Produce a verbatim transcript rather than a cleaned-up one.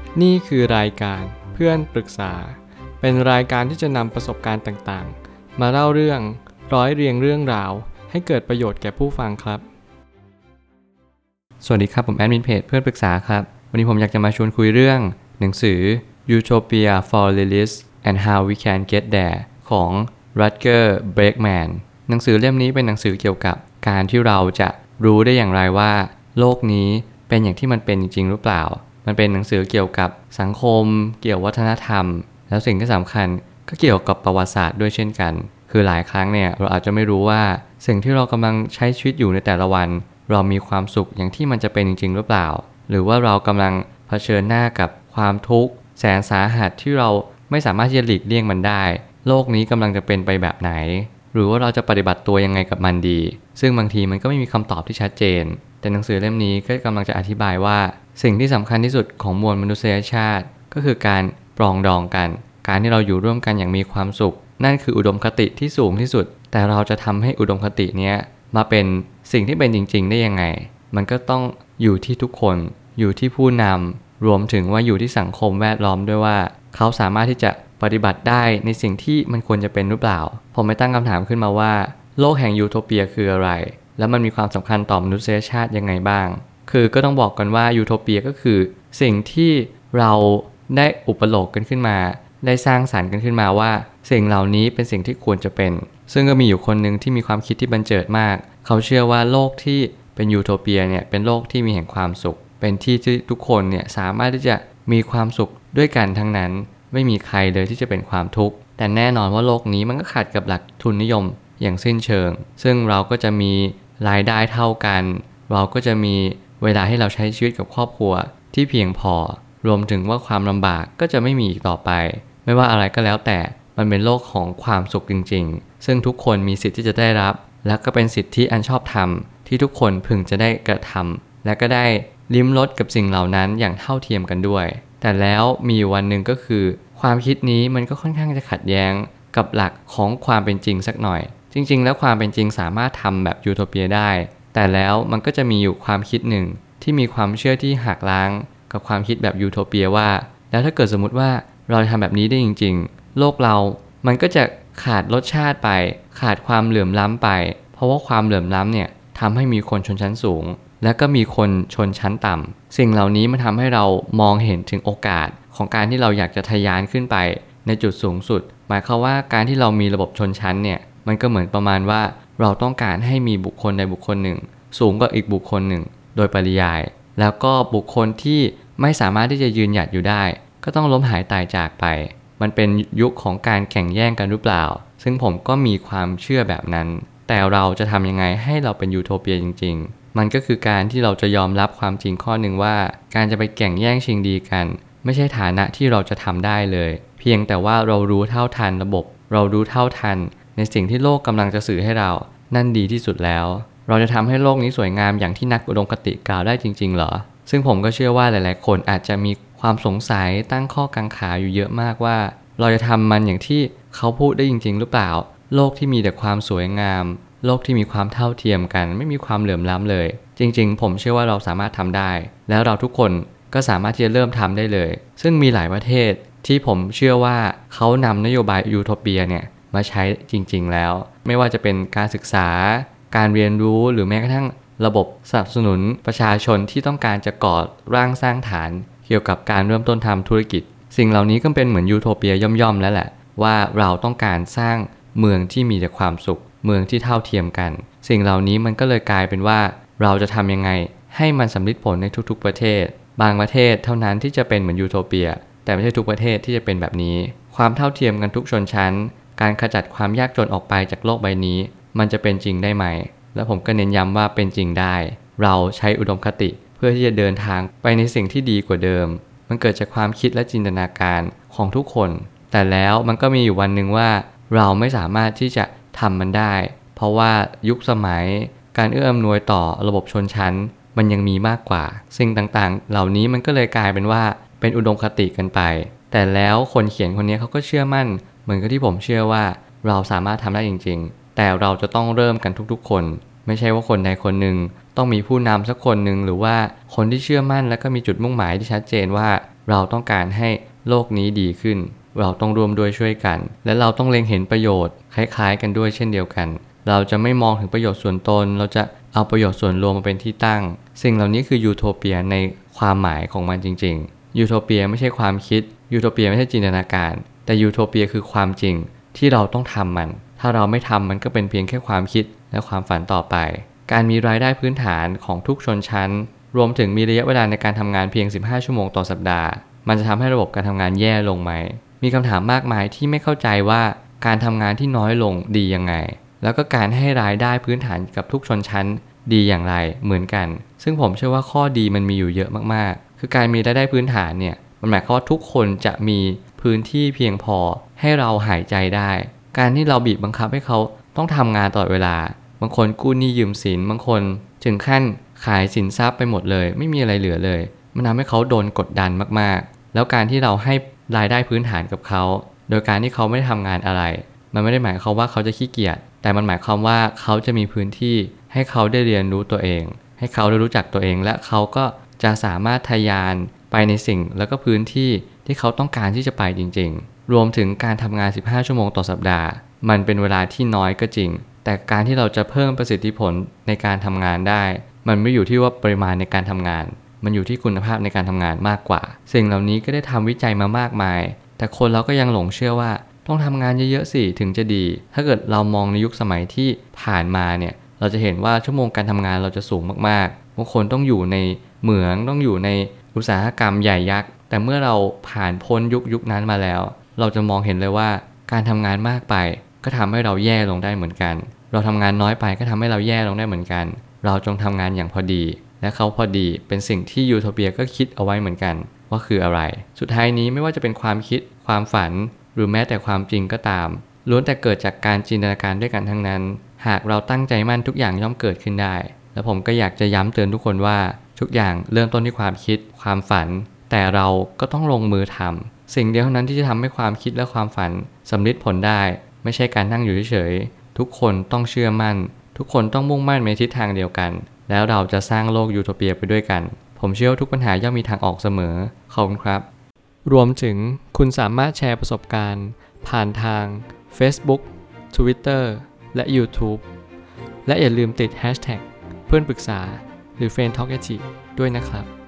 นี่คือรายการเพื่อนปรึกษาเป็นรายการที่จะนำประสบการณ์ต่างๆมาเล่าเรื่องร้อยเรียงเรื่องราวให้เกิดประโยชน์แก่ผู้ฟังครับสวัสดีครับผมแอดมินเพจเพื่อนปรึกษาครับวันนี้ผมอยากจะมาชวนคุยเรื่องหนังสือ Utopia for Lilies and How We Can Get There ของ Rutger Bregman หนังสือเล่มนี้เป็นหนังสือเกี่ยวกับการที่เราจะรู้ได้อย่างไรว่าโลกนี้เป็นอย่างที่มันเป็นจริงๆหรือเปล่ามันเป็นหนังสือเกี่ยวกับสังคมเกี่ยววัฒนธรรมแล้วสิ่งที่สำคัญก็เกี่ยวกับประวัติศาสตร์ด้วยเช่นกันคือหลายครั้งเนี่ยเราอาจจะไม่รู้ว่าสิ่งที่เรากำลังใช้ชีวิตอยู่ในแต่ละวันเรามีความสุขอย่างที่มันจะเป็นจริงๆหรือเปล่าหรือว่าเรากำลังเผชิญหน้ากับความทุกข์แสนสาหัสที่เราไม่สามารถที่จะหลีกเลี่ยงมันได้โลกนี้กำลังจะเป็นไปแบบไหนหรือว่าเราจะปฏิบัติตัวยังไงกับมันดีซึ่งบางทีมันก็ไม่มีคำตอบที่ชัดเจนแต่หนังสือเล่มนี้ก็กำลังจะอธิบายว่าสิ่งที่สำคัญที่สุดของมวลมนุษยชาติก็คือการปรองดองกันการที่เราอยู่ร่วมกันอย่างมีความสุขนั่นคืออุดมคติที่สูงที่สุดแต่เราจะทำให้อุดมคตินี้มาเป็นสิ่งที่เป็นจริงๆได้ยังไงมันก็ต้องอยู่ที่ทุกคนอยู่ที่ผู้นำรวมถึงว่าอยู่ที่สังคมแวดล้อมด้วยว่าเขาสามารถที่จะปฏิบัติได้ในสิ่งที่มันควรจะเป็นหรือเปล่าผมไม่ตั้งคำถามขึ้นมาว่าโลกแห่งยูโทเปียคืออะไรแล้วมันมีความสำคัญต่อมนุษยชาติยังไงบ้างคือก็ต้องบอกกันว่ายูโทเปียก็คือสิ่งที่เราได้อุปโลกกันขึ้นมาได้สร้างสรรค์กันขึ้นมาว่าสิ่งเหล่านี้เป็นสิ่งที่ควรจะเป็นซึ่งก็มีอยู่คนหนึ่งที่มีความคิดที่บันเจิดมากเขาเชื่อว่าโลกที่เป็นยูโทเปียเนี่ยเป็นโลกที่มีแห่งความสุขเป็นที่ที่ทุกคนเนี่ยสามารถที่จะมีความสุขด้วยกันทั้งนั้นไม่มีใครเลยที่จะเป็นความทุกข์แต่แน่นอนว่าโลกนี้มันก็ขัดกับหลักทุนนิยมอย่างสิ้นเชิงซึ่งเราก็จะมีรายได้เท่ากันเราก็จะมีเวลาให้เราใช้ชีวิตกับครอบครัวที่เพียงพอรวมถึงว่าความลำบากก็จะไม่มีอีกต่อไปไม่ว่าอะไรก็แล้วแต่มันเป็นโลกของความสุขจริงๆซึ่งทุกคนมีสิทธิ์ที่จะได้รับและก็เป็นสิทธิอันชอบธรรมที่ทุกคนพึงจะได้กระทำและก็ได้ลิ้มรสกับสิ่งเหล่านั้นอย่างเท่าเทียมกันด้วยแต่แล้วมีวันหนึ่งก็คือความคิดนี้มันก็ค่อนข้างจะขัดแย้งกับหลักของความเป็นจริงสักหน่อยจริงๆแล้วความเป็นจริงสามารถทำแบบยูโทเปียได้แต่แล้วมันก็จะมีอยู่ความคิดหนึ่งที่มีความเชื่อที่หักล้างกับความคิดแบบยูโทเปียว่าแล้วถ้าเกิดสมมติว่าเราทำแบบนี้ได้จริงๆโลกเรามันก็จะขาดรสชาติไปขาดความเหลื่อมล้ำไปเพราะว่าความเหลื่อมล้ำเนี่ยทำให้มีคนชนชั้นสูงและก็มีคนชนชั้นต่ำสิ่งเหล่านี้มันทำให้เรามองเห็นถึงโอกาสของการที่เราอยากจะทะยานขึ้นไปในจุดสูงสุดหมายความว่าการที่เรามีระบบชนชั้นเนี่ยมันก็เหมือนประมาณว่าเราต้องการให้มีบุคคลใดบุคคลหนึ่งสูงกว่าอีกบุคคลหนึ่งโดยปริยายแล้วก็บุคคลที่ไม่สามารถที่จะยืนหยัดอยู่ได้ก็ต้องล้มหายตายจากไปมันเป็นยุคของการแข่งแย่งกันหรือเปล่าซึ่งผมก็มีความเชื่อแบบนั้นแต่เราจะทำยังไงให้เราเป็นยูโทเปียจริงๆมันก็คือการที่เราจะยอมรับความจริงข้อหนึ่งว่าการจะไปแข่งแย่งชิงดีกันไม่ใช่ฐานะที่เราจะทำได้เลยเพียงแต่ว่าเรารู้เท่าทันระบบเรารู้เท่าทันในสิ่งที่โลกกำลังจะสื่อให้เรานั่นดีที่สุดแล้วเราจะทำให้โลกนี้สวยงามอย่างที่นักอุดมคติกล่าวได้จริงๆเหรอซึ่งผมก็เชื่อว่าหลายๆคนอาจจะมีความสงสัยตั้งข้อกังขาอยู่เยอะมากว่าเราจะทำมันอย่างที่เขาพูดได้จริงๆหรือเปล่าโลกที่มีแต่ความสวยงามโลกที่มีความเท่าเทียมกันไม่มีความเหลื่อมล้ำเลยจริงๆผมเชื่อว่าเราสามารถทำได้แล้วเราทุกคนก็สามารถที่จะเริ่มทำได้เลยซึ่งมีหลายประเทศที่ผมเชื่อว่าเขานำนโยบายยูโทเปียเนี่ยมาใช้จริงๆแล้วไม่ว่าจะเป็นการศึกษาการเรียนรู้หรือแม้กระทั่งระบบสนับสนุนประชาชนที่ต้องการจะก่อร่างสร้างฐานเกี่ยวกับการเริ่มต้นทำธุรกิจสิ่งเหล่านี้ก็เป็นเหมือนยูโทเปียย่อมๆแล้วแหละว่าเราต้องการสร้างเมืองที่มีแต่ความสุขเมืองที่เท่าเทียมกันสิ่งเหล่านี้มันก็เลยกลายเป็นว่าเราจะทำยังไงให้มันสำลิดผลในทุกๆประเทศบางประเทศเท่านั้นที่จะเป็นเหมือนยูโทเปียแต่ไม่ใช่ทุกประเทศที่จะเป็นแบบนี้ความเท่าเทียมกันทุกชนชั้นการขจัดความยากจนออกไปจากโลกใบนี้มันจะเป็นจริงได้ไหมและผมก็เน้นย้ำว่าเป็นจริงได้เราใช้อุดมคติเพื่อที่จะเดินทางไปในสิ่งที่ดีกว่าเดิมมันเกิดจากความคิดและจินตนาการของทุกคนแต่แล้วมันก็มีอยู่วันหนึ่งว่าเราไม่สามารถที่จะทำมันได้เพราะว่ายุคสมัยการเอื้ออำนวยต่อระบบชนชั้นมันยังมีมากกว่าสิ่งต่างๆเหล่านี้มันก็เลยกลายเป็นว่าเป็นอุดมคติกันไปแต่แล้วคนเขียนคนนี้เขาก็เชื่อมั่นเหมือนกับที่ผมเชื่อว่าเราสามารถทำได้จริงๆแต่เราจะต้องเริ่มกันทุกๆคนไม่ใช่ว่าคนใดคนหนึ่งต้องมีผู้นำสักคนหนึ่งหรือว่าคนที่เชื่อมั่นและก็มีจุดมุ่งหมายที่ชัดเจนว่าเราต้องการให้โลกนี้ดีขึ้นเราต้องร่วมด้วยช่วยกันและเราต้องเล็งเห็นประโยชน์คล้ายๆกันด้วยเช่นเดียวกันเราจะไม่มองถึงประโยชน์ส่วนตนเราจะเอาประโยชน์ส่วนรวมมาเป็นที่ตั้งสิ่งเหล่านี้คือยูโทเปียในความหมายของมันจริงๆยูโทเปียไม่ใช่ความคิดยูโทเปียไม่ใช่จินตนาการแต่ยูโทเปียคือความจริงที่เราต้องทำมันถ้าเราไม่ทำมันก็เป็นเพียงแค่ความคิดและความฝันต่อไปการมีรายได้พื้นฐานของทุกชนชั้นรวมถึงมีระยะเวลาในการทำงานเพียงสิบห้าชั่วโมงต่อสัปดาห์มันจะทำให้ระบบการทำงานแย่ลงไหมมีคำถามมากมายที่ไม่เข้าใจว่าการทำงานที่น้อยลงดียังไงแล้วก็การให้รายได้พื้นฐานกับทุกชนชั้นดีอย่างไรเหมือนกันซึ่งผมเชื่อว่าข้อดีมันมีอยู่เยอะมากๆคือการมีรายได้พื้นฐานเนี่ยมันหมายความว่าทุกคนจะมีพื้นที่เพียงพอให้เราหายใจได้การที่เราบีบบังคับให้เขาต้องทำงานตลอดเวลาบางคนกู้หนี้ยืมสินบางคนถึงขั้นขายสินทรัพย์ไปหมดเลยไม่มีอะไรเหลือเลยมันทำให้เขาโดนกดดันมากๆแล้วการที่เราให้รายได้พื้นฐานกับเขาโดยการที่เขาไม่ได้ทำงานอะไรมันไม่ได้หมายความว่าเขาจะขี้เกียจแต่มันหมายความว่าเขาจะมีพื้นที่ให้เขาได้เรียนรู้ตัวเองให้เขาได้รู้จักตัวเองและเขาก็จะสามารถทะยานไปในสิ่งแล้วก็พื้นที่ที่เขาต้องการที่จะไปจริงๆรวมถึงการทำงานสิบห้าชั่วโมงต่อสัปดาห์มันเป็นเวลาที่น้อยก็จริงแต่การที่เราจะเพิ่มประสิทธิผลในการทำงานได้มันไม่อยู่ที่ว่าปริมาณในการทำงานมันอยู่ที่คุณภาพในการทำงานมากกว่าสิ่งเหล่านี้ก็ได้ทำวิจัยมามากมายแต่คนเราก็ยังหลงเชื่อว่าต้องทำงานเยอะๆสิถึงจะดีถ้าเกิดเรามองในยุคสมัยที่ผ่านมาเนี่ยเราจะเห็นว่าชั่วโมงการทำงานเราจะสูงมากๆบางคนต้องอยู่ในเหมืองต้องอยู่ในอุตสาหกรรมใหญ่ยักษ์แต่เมื่อเราผ่านพ้นยุคยุคนั้นมาแล้วเราจะมองเห็นเลยว่าการทำงานมากไปก็ทำให้เราแย่ลงได้เหมือนกันเราทำงานน้อยไปก็ทำให้เราแย่ลงได้เหมือนกันเราจงทำงานอย่างพอดีและเขาพอดีเป็นสิ่งที่ยูโทเปียก็คิดเอาไว้เหมือนกันว่าคืออะไรสุดท้ายนี้ไม่ว่าจะเป็นความคิดความฝันหรือแม้แต่ความจริงก็ตามล้วนแต่เกิดจากการจินตนาการด้วยกันทั้งนั้นหากเราตั้งใจมั่นทุกอย่างย่อมเกิดขึ้นได้และผมก็อยากจะย้ำเตือนทุกคนว่าทุกอย่างเริ่มต้นที่ความคิดความฝันแต่เราก็ต้องลงมือทำสิ่งเดียวเท่านั้นที่จะทำให้ความคิดและความฝันสำเร็จผลได้ไม่ใช่การนั่งอยู่เฉยๆทุกคนต้องเชื่อมั่นทุกคนต้องมุ่งมั่นในทิศทางเดียวกันแล้วเราจะสร้างโลกยูโทเปียไปด้วยกันผมเชื่อว่าทุกปัญหาย่อมมีทางออกเสมอขอบคุณครับรวมถึงคุณสามารถแชร์ประสบการณ์ผ่านทาง Facebook Twitter และ YouTube และอย่าลืมติด แฮชแท็ก เพื่อนปรึกษาหรือ เฟรนด์ ทอล์ก ด้วยนะครับ